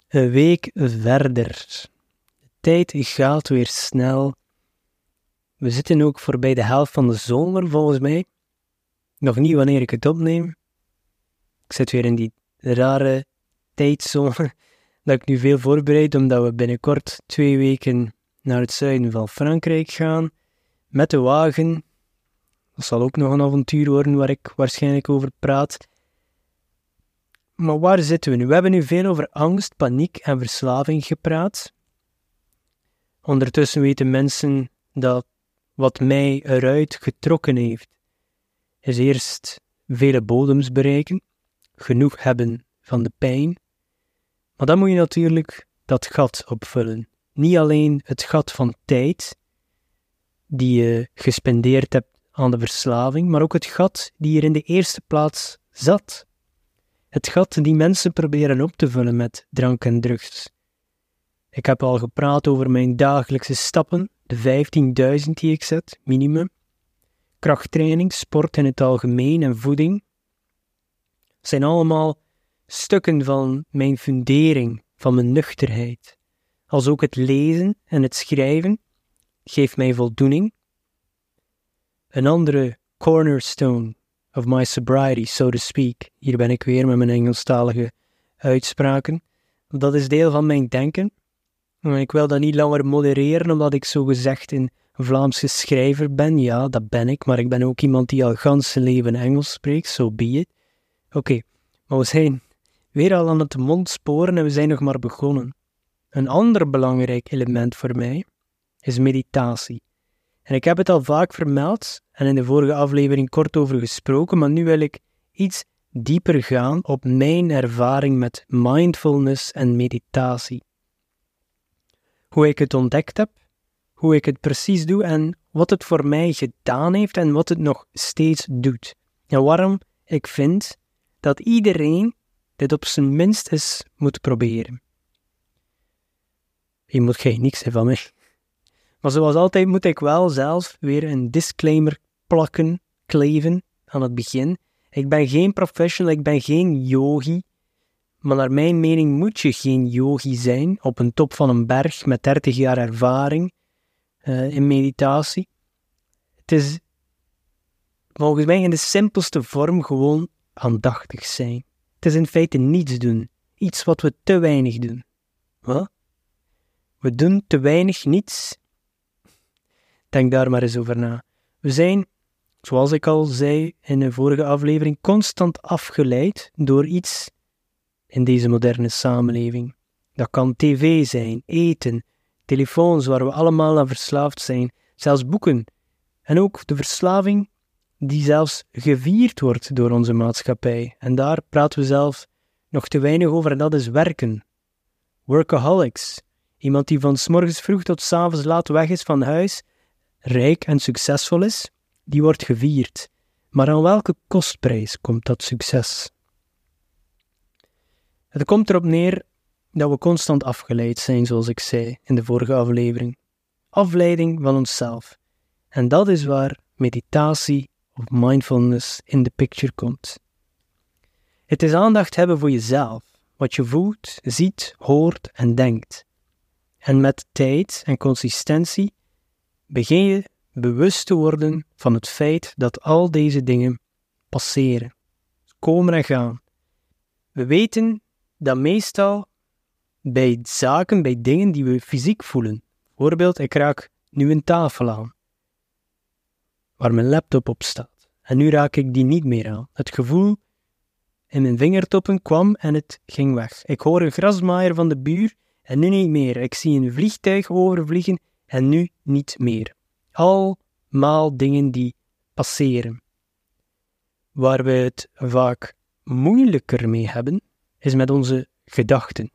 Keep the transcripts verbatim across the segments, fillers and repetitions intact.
Een week verder. De tijd gaat weer snel. We zitten ook voorbij de helft van de zomer, volgens mij. Nog niet wanneer ik het opneem. Ik zit weer in die rare tijdzone dat ik nu veel voorbereid, omdat we binnenkort twee weken naar het zuiden van Frankrijk gaan. Met de wagen. Dat zal ook nog een avontuur worden waar ik waarschijnlijk over praat. Maar waar zitten we nu? We hebben nu veel over angst, paniek en verslaving gepraat. Ondertussen weten mensen dat wat mij eruit getrokken heeft, is eerst vele bodems bereiken, genoeg hebben van de pijn. Maar dan moet je natuurlijk dat gat opvullen. Niet alleen het gat van tijd, die je gespendeerd hebt aan de verslaving, maar ook het gat die er in de eerste plaats zat. Het gat die mensen proberen op te vullen met drank en drugs. Ik heb al gepraat over mijn dagelijkse stappen, de vijftienduizend die ik zet, minimum. Krachttraining, sport in het algemeen en voeding. Het zijn allemaal stukken van mijn fundering, van mijn nuchterheid. Als ook het lezen en het schrijven geeft mij voldoening. Een andere cornerstone of my sobriety, so to speak. Hier ben ik weer met mijn Engelstalige uitspraken. Dat is deel van mijn denken. Ik wil dat niet langer modereren, omdat ik zogezegd een Vlaamse schrijver ben. Ja, dat ben ik, maar ik ben ook iemand die al gans zijn leven Engels spreekt, so be it. Oké, okay, maar we zijn weer al aan het mondsporen en we zijn nog maar begonnen. Een ander belangrijk element voor mij is meditatie. En ik heb het al vaak vermeld en in de vorige aflevering kort over gesproken, maar nu wil ik iets dieper gaan op mijn ervaring met mindfulness en meditatie. Hoe ik het ontdekt heb, hoe ik het precies doe en wat het voor mij gedaan heeft en wat het nog steeds doet. En waarom ik vind dat iedereen dit op zijn minst eens moet proberen. Je moet geen niks hebben van mij. Maar zoals altijd moet ik wel zelf weer een disclaimer plakken, kleven aan het begin. Ik ben geen professional, ik ben geen yogi. Maar naar mijn mening moet je geen yogi zijn op een top van een berg met dertig jaar ervaring uh, in meditatie. Het is volgens mij in de simpelste vorm gewoon aandachtig zijn. Het is in feite niets doen. Iets wat we te weinig doen. Wat? We doen te weinig niets. Denk daar maar eens over na. We zijn, zoals ik al zei in een vorige aflevering, constant afgeleid door iets in deze moderne samenleving. Dat kan tv zijn, eten, telefoons waar we allemaal aan verslaafd zijn, zelfs boeken. En ook de verslaving die zelfs gevierd wordt door onze maatschappij. En daar praten we zelf nog te weinig over en dat is werken. Workaholics. Iemand die van 's morgens vroeg tot 's avonds laat weg is van huis, rijk en succesvol is, die wordt gevierd. Maar aan welke kostprijs komt dat succes? Het komt erop neer dat we constant afgeleid zijn, zoals ik zei in de vorige aflevering. Afleiding van onszelf. En dat is waar meditatie of mindfulness in de picture komt. Het is aandacht hebben voor jezelf, wat je voelt, ziet, hoort en denkt. En met tijd en consistentie begin je bewust te worden van het feit dat al deze dingen passeren, komen en gaan. We weten dat meestal bij zaken, bij dingen die we fysiek voelen. Bijvoorbeeld, ik raak nu een tafel aan, waar mijn laptop op staat. En nu raak ik die niet meer aan. Het gevoel in mijn vingertoppen kwam en het ging weg. Ik hoor een grasmaaier van de buur en nu niet meer. Ik zie een vliegtuig overvliegen en nu niet meer. Allemaal dingen die passeren. Waar we het vaak moeilijker mee hebben, is met onze gedachten.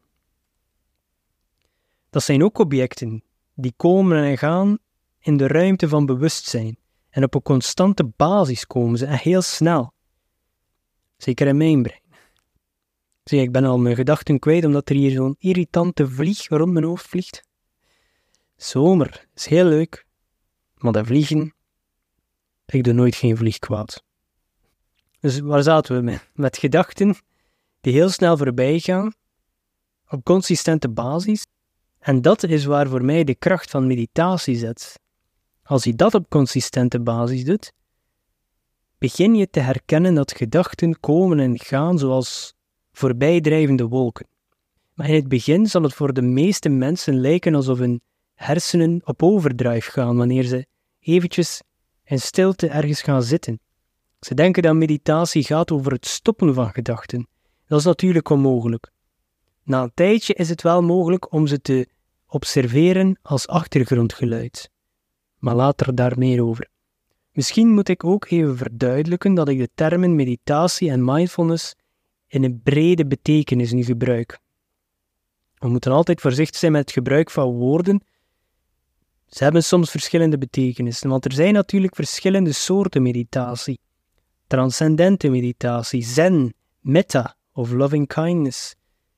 Dat zijn ook objecten die komen en gaan in de ruimte van bewustzijn. En op een constante basis komen ze en heel snel. Zeker in mijn brein. Zie, ik ben al mijn gedachten kwijt omdat er hier zo'n irritante vlieg rond mijn hoofd vliegt. Zomer, is heel leuk. Maar dat vliegen, ik doe nooit geen vlieg kwaad. Dus waar zaten we mee? Met gedachten die heel snel voorbij gaan, op consistente basis. En dat is waar voor mij de kracht van meditatie zit. Als je dat op consistente basis doet, begin je te herkennen dat gedachten komen en gaan zoals voorbijdrijvende wolken. Maar in het begin zal het voor de meeste mensen lijken alsof hun hersenen op overdrive gaan wanneer ze eventjes in stilte ergens gaan zitten. Ze denken dat meditatie gaat over het stoppen van gedachten. Dat is natuurlijk onmogelijk. Na een tijdje is het wel mogelijk om ze te observeren als achtergrondgeluid. Maar later daar meer over. Misschien moet ik ook even verduidelijken dat ik de termen meditatie en mindfulness in een brede betekenis nu gebruik. We moeten altijd voorzichtig zijn met het gebruik van woorden. Ze hebben soms verschillende betekenissen, want er zijn natuurlijk verschillende soorten meditatie. Transcendente meditatie, zen, metta of loving kindness.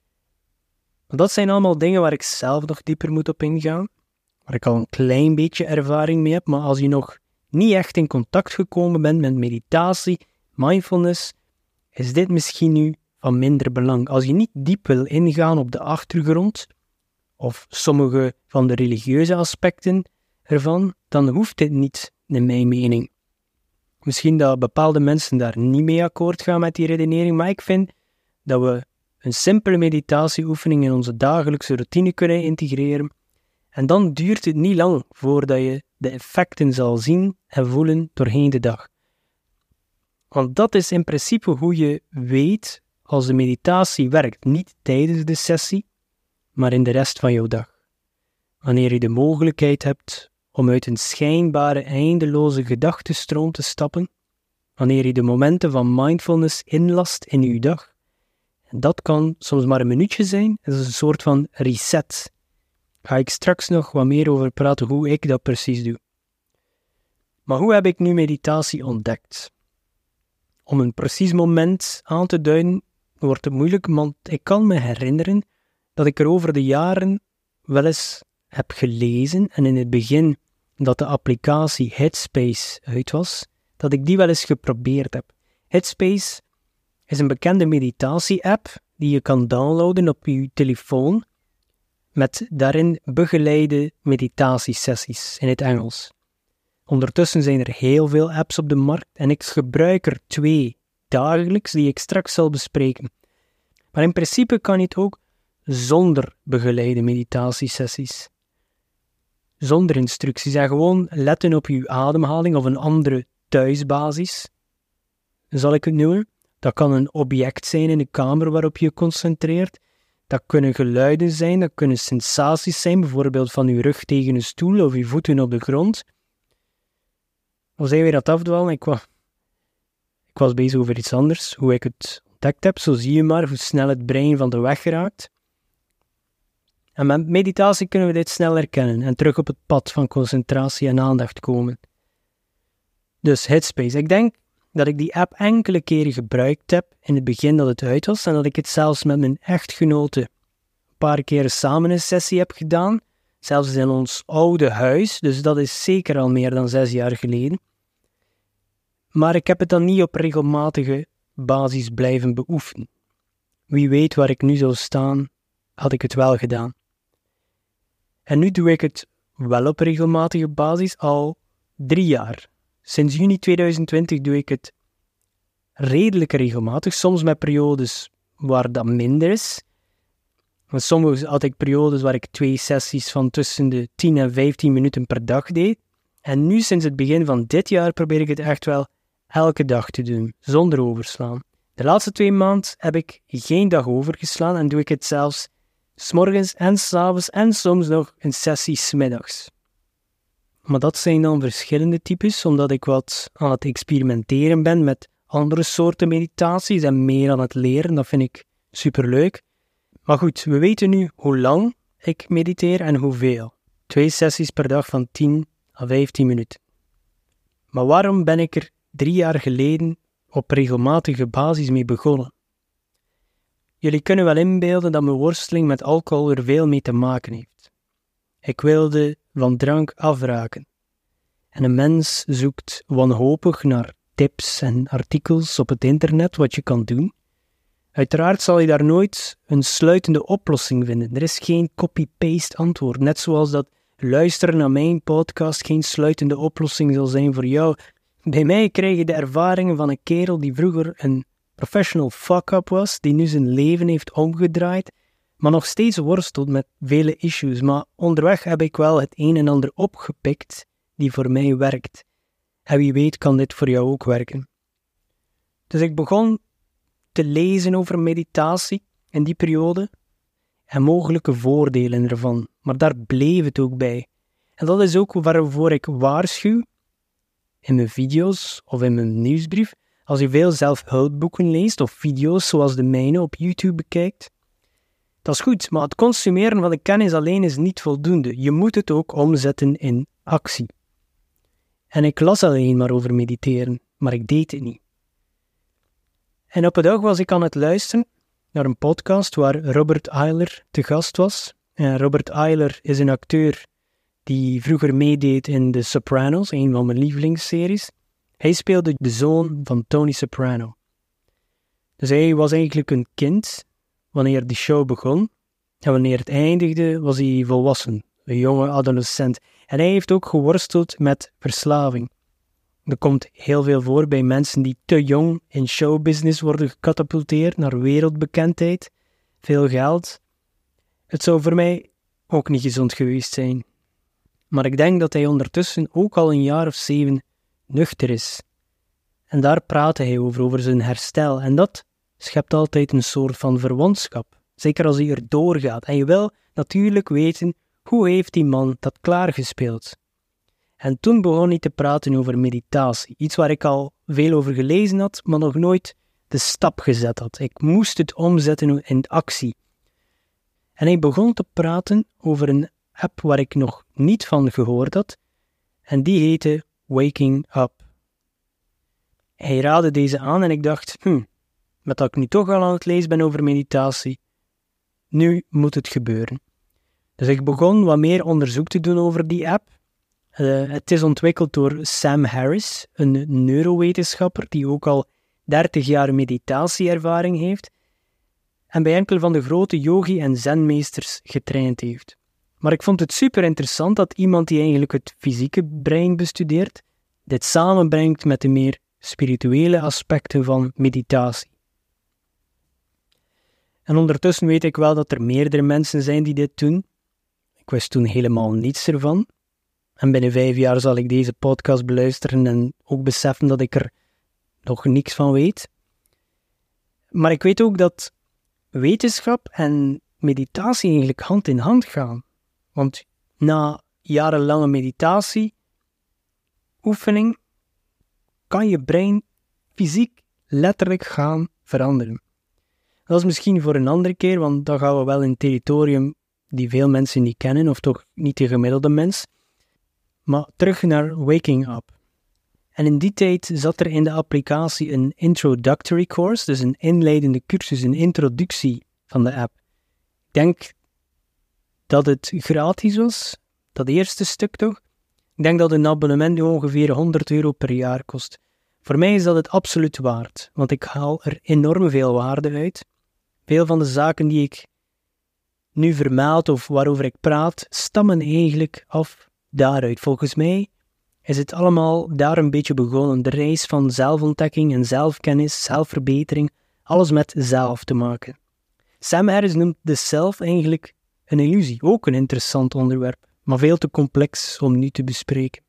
Dat zijn allemaal dingen waar ik zelf nog dieper moet op ingaan, waar ik al een klein beetje ervaring mee heb, maar als je nog niet echt in contact gekomen bent met meditatie, mindfulness, is dit misschien nu van minder belang. Als je niet diep wil ingaan op de achtergrond, of sommige van de religieuze aspecten ervan, dan hoeft dit niet, in mijn mening. Misschien dat bepaalde mensen daar niet mee akkoord gaan met die redenering, maar ik vind dat we een simpele meditatieoefening in onze dagelijkse routine kunnen integreren. En dan duurt het niet lang voordat je de effecten zal zien en voelen doorheen de dag. Want dat is in principe hoe je weet als de meditatie werkt. Niet tijdens de sessie, maar in de rest van jouw dag. Wanneer je de mogelijkheid hebt om uit een schijnbare eindeloze gedachtenstroom te stappen, wanneer je de momenten van mindfulness inlast in je dag. En dat kan soms maar een minuutje zijn, dat is een soort van reset. Ga ik straks nog wat meer over praten hoe ik dat precies doe. Maar hoe heb ik nu meditatie ontdekt? Om een precies moment aan te duiden wordt het moeilijk, want ik kan me herinneren dat ik er over de jaren wel eens heb gelezen en in het begin dat de applicatie Headspace uit was, dat ik die wel eens geprobeerd heb. Headspace is een bekende meditatie-app die je kan downloaden op je telefoon met daarin begeleide meditatiesessies in het Engels. Ondertussen zijn er heel veel apps op de markt en ik gebruik er twee dagelijks die ik straks zal bespreken. Maar in principe kan je het ook zonder begeleide meditatiesessies. Zonder instructies en gewoon letten op je ademhaling of een andere thuisbasis, zal ik het noemen. Dat kan een object zijn in de kamer waarop je je concentreert. Dat kunnen geluiden zijn, dat kunnen sensaties zijn, bijvoorbeeld van je rug tegen een stoel of je voeten op de grond. Dan zijn we weer aan het afdwalen. Ik was, ik was bezig over iets anders, hoe ik het ontdekt heb. Zo zie je maar hoe snel het brein van de weg geraakt. En met meditatie kunnen we dit snel herkennen en terug op het pad van concentratie en aandacht komen. Dus Headspace. Ik denk dat ik die app enkele keren gebruikt heb in het begin dat het uit was en dat ik het zelfs met mijn echtgenote een paar keren samen een sessie heb gedaan, zelfs in ons oude huis, dus dat is zeker al meer dan zes jaar geleden. Maar ik heb het dan niet op regelmatige basis blijven beoefenen. Wie weet waar ik nu zou staan, had ik het wel gedaan. En nu doe ik het wel op regelmatige basis al drie jaar. Sinds juni tweeduizend twintig doe ik het redelijk regelmatig, soms met periodes waar dat minder is. Want soms had ik periodes waar ik twee sessies van tussen de tien en vijftien minuten per dag deed. En nu, sinds het begin van dit jaar, probeer ik het echt wel elke dag te doen, zonder overslaan. De laatste twee maanden heb ik geen dag overgeslaan en doe ik het zelfs 's morgens en 's avonds en soms nog een sessie 's middags. Maar dat zijn dan verschillende types, omdat ik wat aan het experimenteren ben met andere soorten meditaties en meer aan het leren. Dat vind ik superleuk. Maar goed, we weten nu hoe lang ik mediteer en hoeveel. Twee sessies per dag van tien à vijftien minuten. Maar waarom ben ik er drie jaar geleden op regelmatige basis mee begonnen? Jullie kunnen wel inbeelden dat mijn worsteling met alcohol er veel mee te maken heeft. Ik wilde van drank afraken. En een mens zoekt wanhopig naar tips en artikels op het internet wat je kan doen. Uiteraard zal je daar nooit een sluitende oplossing vinden. Er is geen copy-paste antwoord. Net zoals dat luisteren naar mijn podcast geen sluitende oplossing zal zijn voor jou. Bij mij krijg je de ervaringen van een kerel die vroeger een professional fuck-up was, die nu zijn leven heeft omgedraaid, maar nog steeds worstelt met vele issues. Maar onderweg heb ik wel het een en ander opgepikt die voor mij werkt. En wie weet kan dit voor jou ook werken. Dus ik begon te lezen over meditatie in die periode en mogelijke voordelen ervan. Maar daar bleef het ook bij. En dat is ook waarvoor ik waarschuw in mijn video's of in mijn nieuwsbrief. Als je veel zelfhulpboeken leest of video's zoals de mijne op YouTube bekijkt, dat is goed, maar het consumeren van de kennis alleen is niet voldoende. Je moet het ook omzetten in actie. En ik las alleen maar over mediteren, maar ik deed het niet. En op een dag was ik aan het luisteren naar een podcast waar Robert Iler te gast was. En Robert Iler is een acteur die vroeger meedeed in The Sopranos, een van mijn lievelingsseries. Hij speelde de zoon van Tony Soprano. Dus hij was eigenlijk een kind wanneer die show begon. En wanneer het eindigde, was hij volwassen, een jonge adolescent. En hij heeft ook geworsteld met verslaving. Er komt heel veel voor bij mensen die te jong in showbusiness worden gecatapulteerd naar wereldbekendheid, veel geld. Het zou voor mij ook niet gezond geweest zijn. Maar ik denk dat hij ondertussen ook al een jaar of zeven nuchter is. En daar praatte hij over, over zijn herstel. En dat schept altijd een soort van verwantschap. Zeker als hij er doorgaat. En je wil natuurlijk weten, hoe heeft die man dat klaargespeeld? En toen begon hij te praten over meditatie. Iets waar ik al veel over gelezen had, maar nog nooit de stap gezet had. Ik moest het omzetten in actie. En hij begon te praten over een app waar ik nog niet van gehoord had. En die heette Waking Up. Hij raadde deze aan en ik dacht, hm, met dat ik nu toch al aan het lezen ben over meditatie, nu moet het gebeuren. Dus ik begon wat meer onderzoek te doen over die app. Uh, het is ontwikkeld door Sam Harris, een neurowetenschapper die ook al dertig jaar meditatieervaring heeft en bij enkele van de grote yogi- en zenmeesters getraind heeft. Maar ik vond het super interessant dat iemand die eigenlijk het fysieke brein bestudeert, dit samenbrengt met de meer spirituele aspecten van meditatie. En ondertussen weet ik wel dat er meerdere mensen zijn die dit doen. Ik wist toen helemaal niets ervan. En binnen vijf jaar zal ik deze podcast beluisteren en ook beseffen dat ik er nog niks van weet. Maar ik weet ook dat wetenschap en meditatie eigenlijk hand in hand gaan. Want na jarenlange meditatie, oefening, kan je brein fysiek letterlijk gaan veranderen. Dat is misschien voor een andere keer, want dan gaan we wel in een territorium die veel mensen niet kennen, of toch niet de gemiddelde mens. Maar terug naar Waking Up. En in die tijd zat er in de applicatie een introductory course, dus een inleidende cursus, een introductie van de app. Ik denk dat het gratis was, dat eerste stuk toch. Ik denk dat een abonnement nu ongeveer honderd euro per jaar kost. Voor mij is dat het absoluut waard, want ik haal er enorm veel waarde uit. Veel van de zaken die ik nu vermeld of waarover ik praat, stammen eigenlijk af daaruit. Volgens mij is het allemaal daar een beetje begonnen. De reis van zelfontdekking en zelfkennis, zelfverbetering, alles met zelf te maken. Sam Harris noemt de zelf eigenlijk een illusie, ook een interessant onderwerp, maar veel te complex om nu te bespreken.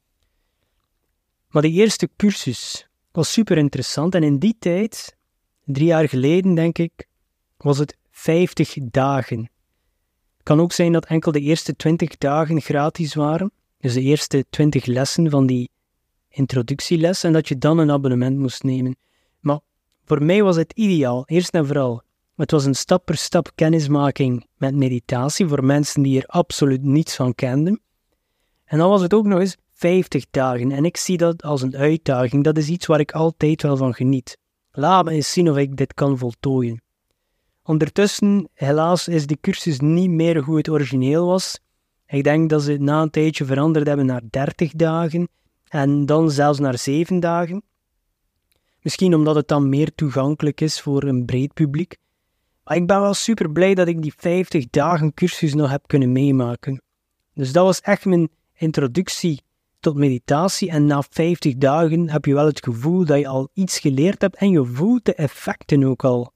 Maar die eerste cursus was super interessant en in die tijd, drie jaar geleden denk ik, was het vijftig dagen. Het kan ook zijn dat enkel de eerste twintig dagen gratis waren, dus de eerste twintig lessen van die introductieles, en dat je dan een abonnement moest nemen. Maar voor mij was het ideaal, eerst en vooral. Het was een stap per stap kennismaking met meditatie voor mensen die er absoluut niets van kenden. En dan was het ook nog eens vijftig dagen en ik zie dat als een uitdaging. Dat is iets waar ik altijd wel van geniet. Laat me eens zien of ik dit kan voltooien. Ondertussen, helaas, is de cursus niet meer hoe het origineel was. Ik denk dat ze het na een tijdje veranderd hebben naar dertig dagen en dan zelfs naar zeven dagen. Misschien omdat het dan meer toegankelijk is voor een breed publiek. Maar ik ben wel super blij dat ik die vijftig dagen cursus nog heb kunnen meemaken. Dus dat was echt mijn introductie tot meditatie. En na vijftig dagen heb je wel het gevoel dat je al iets geleerd hebt en je voelt de effecten ook al.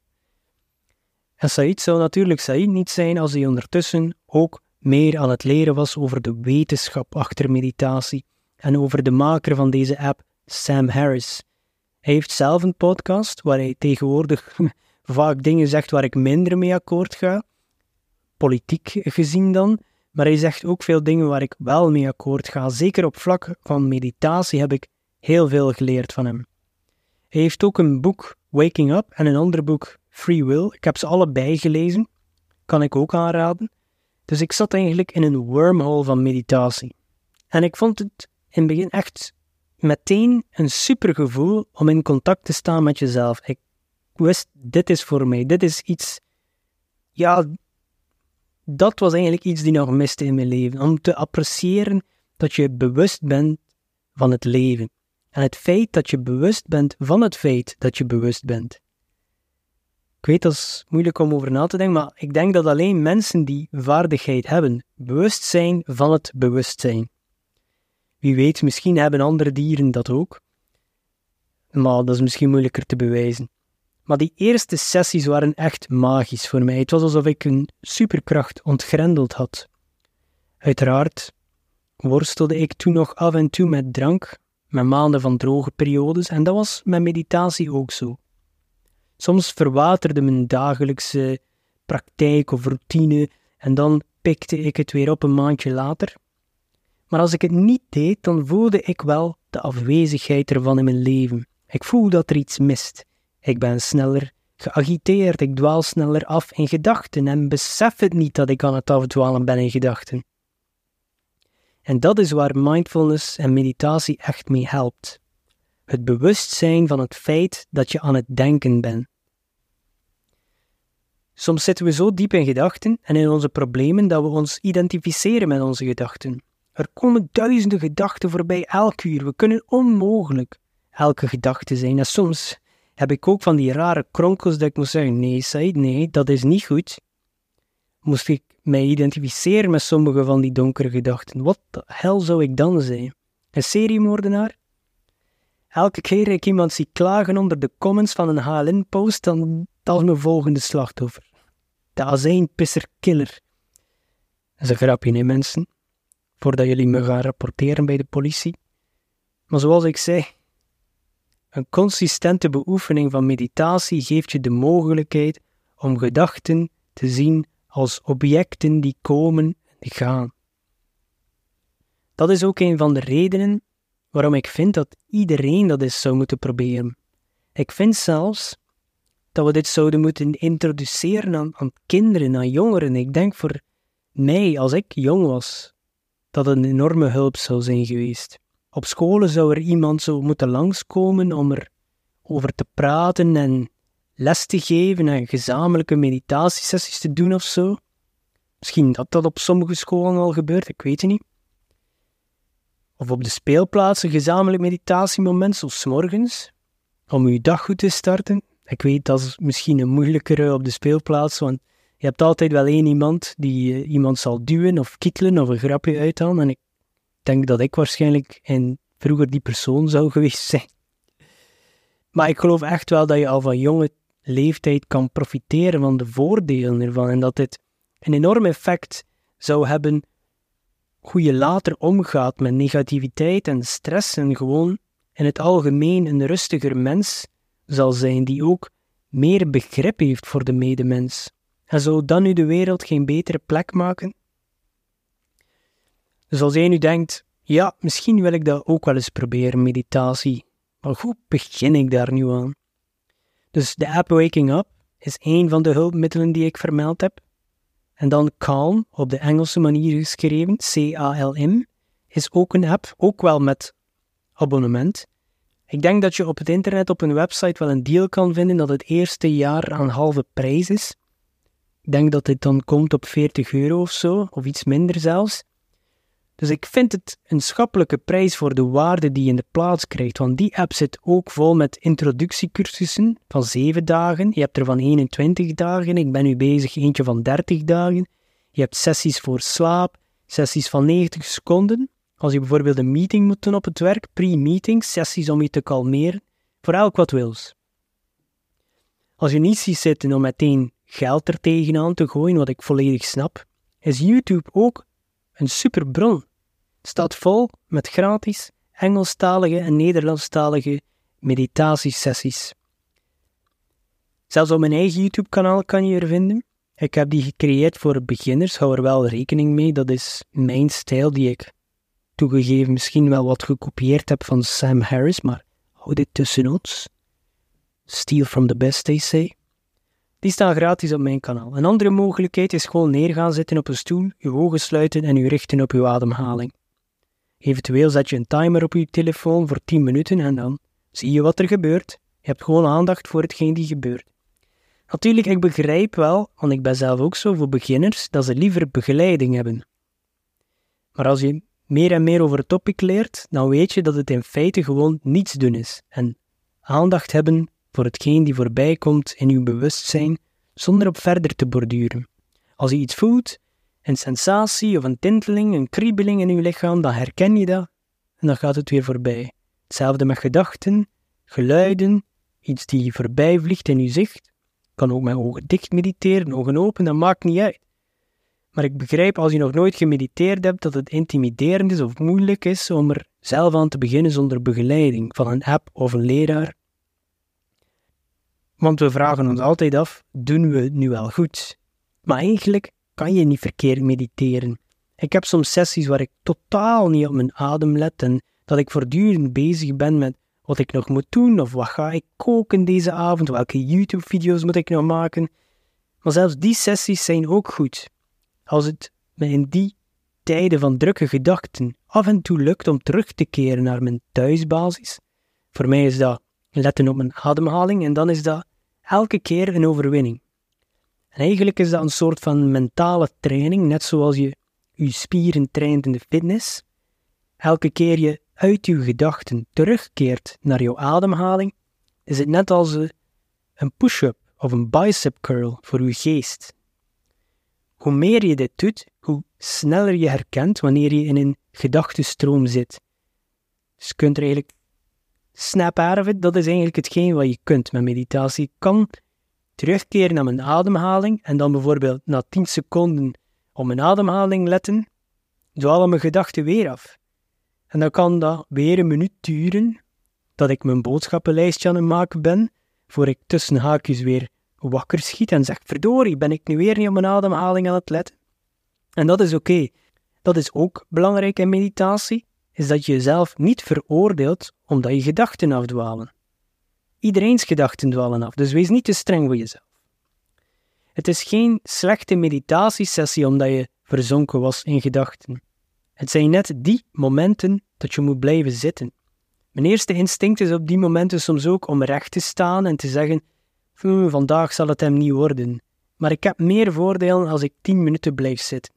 En Said zou natuurlijk Said niet zijn als hij ondertussen ook meer aan het leren was over de wetenschap achter meditatie en over de maker van deze app, Sam Harris. Hij heeft zelf een podcast waar hij tegenwoordig vaak dingen zegt waar ik minder mee akkoord ga, politiek gezien dan, maar hij zegt ook veel dingen waar ik wel mee akkoord ga. Zeker op vlak van meditatie heb ik heel veel geleerd van hem. Hij heeft ook een boek, Waking Up, en een ander boek, Free Will. Ik heb ze allebei gelezen, kan ik ook aanraden. Dus ik zat eigenlijk in een wormhole van meditatie. En ik vond het in het begin echt meteen een super gevoel om in contact te staan met jezelf. Ik wist, dit is voor mij, dit is iets, ja, dat was eigenlijk iets die nog miste in mijn leven. Om te appreciëren dat je bewust bent van het leven. En het feit dat je bewust bent van het feit dat je bewust bent. Ik weet, dat is moeilijk om over na te denken, maar ik denk dat alleen mensen die vaardigheid hebben, bewustzijn van het bewustzijn. Wie weet, misschien hebben andere dieren dat ook. Maar dat is misschien moeilijker te bewijzen. Maar die eerste sessies waren echt magisch voor mij. Het was alsof ik een superkracht ontgrendeld had. Uiteraard worstelde ik toen nog af en toe met drank, met maanden van droge periodes, en dat was met meditatie ook zo. Soms verwaterde mijn dagelijkse praktijk of routine en dan pikte ik het weer op een maandje later. Maar als ik het niet deed, dan voelde ik wel de afwezigheid ervan in mijn leven. Ik voel dat er iets mist. Ik ben sneller geagiteerd, ik dwaal sneller af in gedachten en besef het niet dat ik aan het afdwalen ben in gedachten. En dat is waar mindfulness en meditatie echt mee helpt. Het bewustzijn van het feit dat je aan het denken bent. Soms zitten we zo diep in gedachten en in onze problemen dat we ons identificeren met onze gedachten. Er komen duizenden gedachten voorbij elk uur. We kunnen onmogelijk elke gedachte zijn. En soms heb ik ook van die rare kronkels dat ik moet zeggen, nee Said, nee, dat is niet goed. Moest ik mij identificeren met sommige van die donkere gedachten. Wat de hel zou ik dan zijn? Een seriemoordenaar? Elke keer ik iemand zie klagen onder de comments van een H L N-post, dan dat is mijn volgende slachtoffer. De azijnpisser-killer. Dat is een grapje, hè mensen? Voordat jullie me gaan rapporteren bij de politie. Maar zoals ik zei, een consistente beoefening van meditatie geeft je de mogelijkheid om gedachten te zien als objecten die komen en gaan. Dat is ook een van de redenen waarom ik vind dat iedereen dat eens zou moeten proberen. Ik vind zelfs dat we dit zouden moeten introduceren aan, aan kinderen, aan jongeren. Ik denk voor mij, als ik jong was, dat het een enorme hulp zou zijn geweest. Op scholen zou er iemand zo moeten langskomen om er over te praten en les te geven en gezamenlijke meditatiesessies te doen of zo. Misschien dat dat op sommige scholen al gebeurt, ik weet het niet. Of op de speelplaats een gezamenlijk meditatiemoment, zo 's morgens, om je dag goed te starten. Ik weet, dat is misschien een moeilijkere op de speelplaats, want je hebt altijd wel één iemand die uh, iemand zal duwen of kittelen of een grapje uithalen. En ik denk dat ik waarschijnlijk in vroeger die persoon zou geweest zijn. Maar ik geloof echt wel dat je al van jonge leeftijd kan profiteren van de voordelen ervan. En dat dit een enorm effect zou hebben hoe je later omgaat met negativiteit en stress en gewoon in het algemeen een rustiger mens zal zijn die ook meer begrip heeft voor de medemens. En zou dan nu de wereld geen betere plek maken? Dus als jij nu denkt, ja, misschien wil ik dat ook wel eens proberen, meditatie. Maar hoe begin ik daar nu aan? Dus de app Waking Up is één van de hulpmiddelen die ik vermeld heb. En dan Calm, op de Engelse manier geschreven, C A L M, is ook een app, ook wel met abonnement. Ik denk dat je op het internet op een website wel een deal kan vinden dat het eerste jaar aan halve prijs is. Ik denk dat dit dan komt op veertig euro of zo, of iets minder zelfs. Dus ik vind het een schappelijke prijs voor de waarde die je in de plaats krijgt, want die app zit ook vol met introductiecursussen van zeven dagen. Je hebt er van eenentwintig dagen, ik ben nu bezig eentje van dertig dagen. Je hebt sessies voor slaap, sessies van negentig seconden. Als je bijvoorbeeld een meeting moet doen op het werk, pre-meeting, sessies om je te kalmeren, voor elk wat wils. Als je niet ziet zitten om meteen geld er tegenaan te gooien, wat ik volledig snap, is YouTube ook een super bron. Het staat vol met gratis Engelstalige en Nederlandstalige meditatiesessies. Zelfs op mijn eigen YouTube-kanaal kan je er vinden. Ik heb die gecreëerd voor beginners, hou er wel rekening mee. Dat is mijn stijl die ik toegegeven misschien wel wat gekopieerd heb van Sam Harris, maar hou dit tussen ons. Steal from the best, they say. Die staan gratis op mijn kanaal. Een andere mogelijkheid is gewoon neergaan zitten op een stoel, je ogen sluiten en je richten op je ademhaling. Eventueel zet je een timer op je telefoon voor tien minuten en dan zie je wat er gebeurt. Je hebt gewoon aandacht voor hetgeen die gebeurt. Natuurlijk, ik begrijp wel, want ik ben zelf ook zo voor beginners, dat ze liever begeleiding hebben. Maar als je meer en meer over het topic leert, dan weet je dat het in feite gewoon niets doen is. En aandacht hebben voor hetgeen die voorbij komt in je bewustzijn, zonder op verder te borduren. Als je iets voelt, een sensatie of een tinteling, een kriebeling in je lichaam, dan herken je dat en dan gaat het weer voorbij. Hetzelfde met gedachten, geluiden, iets die voorbij vliegt in je zicht. Je kan ook met ogen dicht mediteren, ogen open, dat maakt niet uit. Maar ik begrijp als je nog nooit gemediteerd hebt dat het intimiderend is of moeilijk is om er zelf aan te beginnen zonder begeleiding van een app of een leraar. Want we vragen ons altijd af, doen we het nu wel goed? Maar eigenlijk kan je niet verkeerd mediteren. Ik heb soms sessies waar ik totaal niet op mijn adem let en dat ik voortdurend bezig ben met wat ik nog moet doen of wat ga ik koken deze avond, welke YouTube-video's moet ik nog maken. Maar zelfs die sessies zijn ook goed. Als het me in die tijden van drukke gedachten af en toe lukt om terug te keren naar mijn thuisbasis. Voor mij is dat letten op mijn ademhaling en dan is dat elke keer een overwinning. En eigenlijk is dat een soort van mentale training, net zoals je je spieren traint in de fitness. Elke keer je uit je gedachten terugkeert naar jouw ademhaling, is het net als een push-up of een bicep curl voor je geest. Hoe meer je dit doet, hoe sneller je herkent wanneer je in een gedachtenstroom zit. Dus je kunt er eigenlijk snap out of it, dat is eigenlijk hetgeen wat je kunt met meditatie. Ik kan terugkeren naar mijn ademhaling en dan bijvoorbeeld na tien seconden op mijn ademhaling letten, dwalen mijn gedachten weer af. En dan kan dat weer een minuut duren, dat ik mijn boodschappenlijstje aan het maken ben, voor ik tussen haakjes weer wakker schiet en zeg, verdorie, ben ik nu weer niet op mijn ademhaling aan het letten? En dat is oké. Okay. Dat is ook belangrijk in meditatie, is dat je jezelf niet veroordeelt omdat je gedachten afdwalen. Iedereen's gedachten dwalen af, dus wees niet te streng voor jezelf. Het is geen slechte meditatiesessie omdat je verzonken was in gedachten. Het zijn net die momenten dat je moet blijven zitten. Mijn eerste instinct is op die momenten soms ook om recht te staan en te zeggen, hm, vandaag zal het hem niet worden. Maar ik heb meer voordelen als ik tien minuten blijf zitten.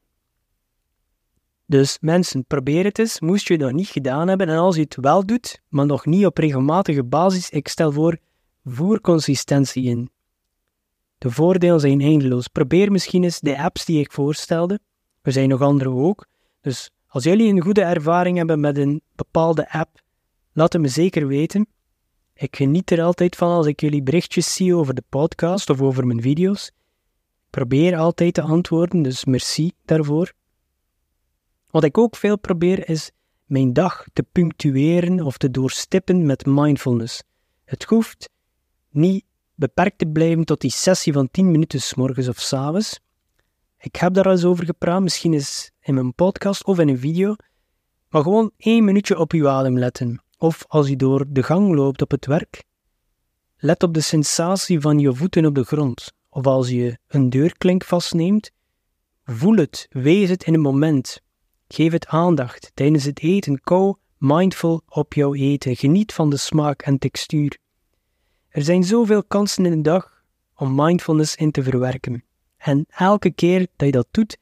Dus mensen, probeer het eens, moest je het nog niet gedaan hebben en als je het wel doet, maar nog niet op regelmatige basis, ik stel voor, voer consistentie in. De voordelen zijn eindeloos. Probeer misschien eens de apps die ik voorstelde. Er zijn nog andere ook. Dus als jullie een goede ervaring hebben met een bepaalde app, laat het me zeker weten. Ik geniet er altijd van als ik jullie berichtjes zie over de podcast of over mijn video's. Ik probeer altijd te antwoorden, dus merci daarvoor. Wat ik ook veel probeer is mijn dag te punctueren of te doorstippen met mindfulness. Het hoeft niet beperkt te blijven tot die sessie van tien minuten 's morgens of 's avonds. Ik heb daar al eens over gepraat, misschien eens in mijn podcast of in een video. Maar gewoon één minuutje op je adem letten. Of als je door de gang loopt op het werk. Let op de sensatie van je voeten op de grond. Of als je een deurklink vastneemt. Voel het, wees het in een moment. Geef het aandacht tijdens het eten. Kou mindful op jouw eten. Geniet van de smaak en textuur. Er zijn zoveel kansen in de dag om mindfulness in te verwerken. En elke keer dat je dat doet,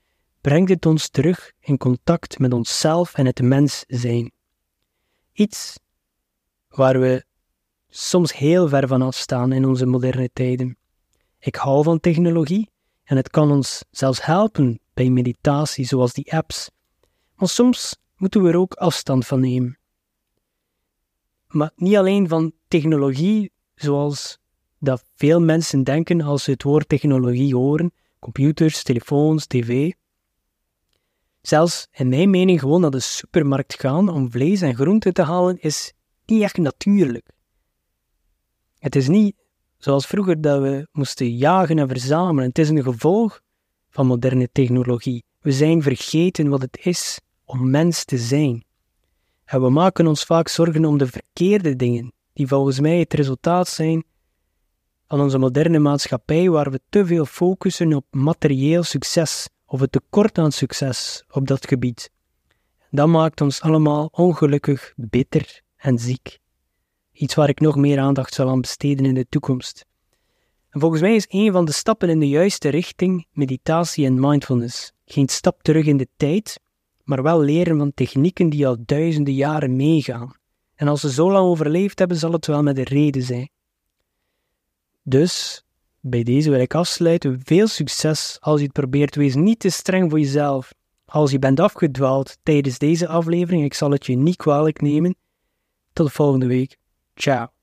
brengt het ons terug in contact met onszelf en het mens zijn. Iets waar we soms heel ver van afstaan in onze moderne tijden. Ik hou van technologie en het kan ons zelfs helpen bij meditatie, zoals die apps. Maar soms moeten we er ook afstand van nemen. Maar niet alleen van technologie, zoals dat veel mensen denken als ze het woord technologie horen, computers, telefoons, tv. Zelfs in mijn mening gewoon naar de supermarkt gaan om vlees en groenten te halen is niet echt natuurlijk. Het is niet zoals vroeger dat we moesten jagen en verzamelen. Het is een gevolg van moderne technologie. We zijn vergeten wat het is om mens te zijn. En we maken ons vaak zorgen om de verkeerde dingen, die volgens mij het resultaat zijn van onze moderne maatschappij, waar we te veel focussen op materieel succes of het tekort aan succes op dat gebied. Dat maakt ons allemaal ongelukkig, bitter en ziek. Iets waar ik nog meer aandacht zal aan besteden in de toekomst. En volgens mij is een van de stappen in de juiste richting meditatie en mindfulness. Geen stap terug in de tijd, maar wel leren van technieken die al duizenden jaren meegaan. En als ze zo lang overleefd hebben, zal het wel met een reden zijn. Dus, bij deze wil ik afsluiten. Veel succes als je het probeert. Wees niet te streng voor jezelf. Als je bent afgedwaald tijdens deze aflevering, ik zal het je niet kwalijk nemen. Tot volgende week. Ciao.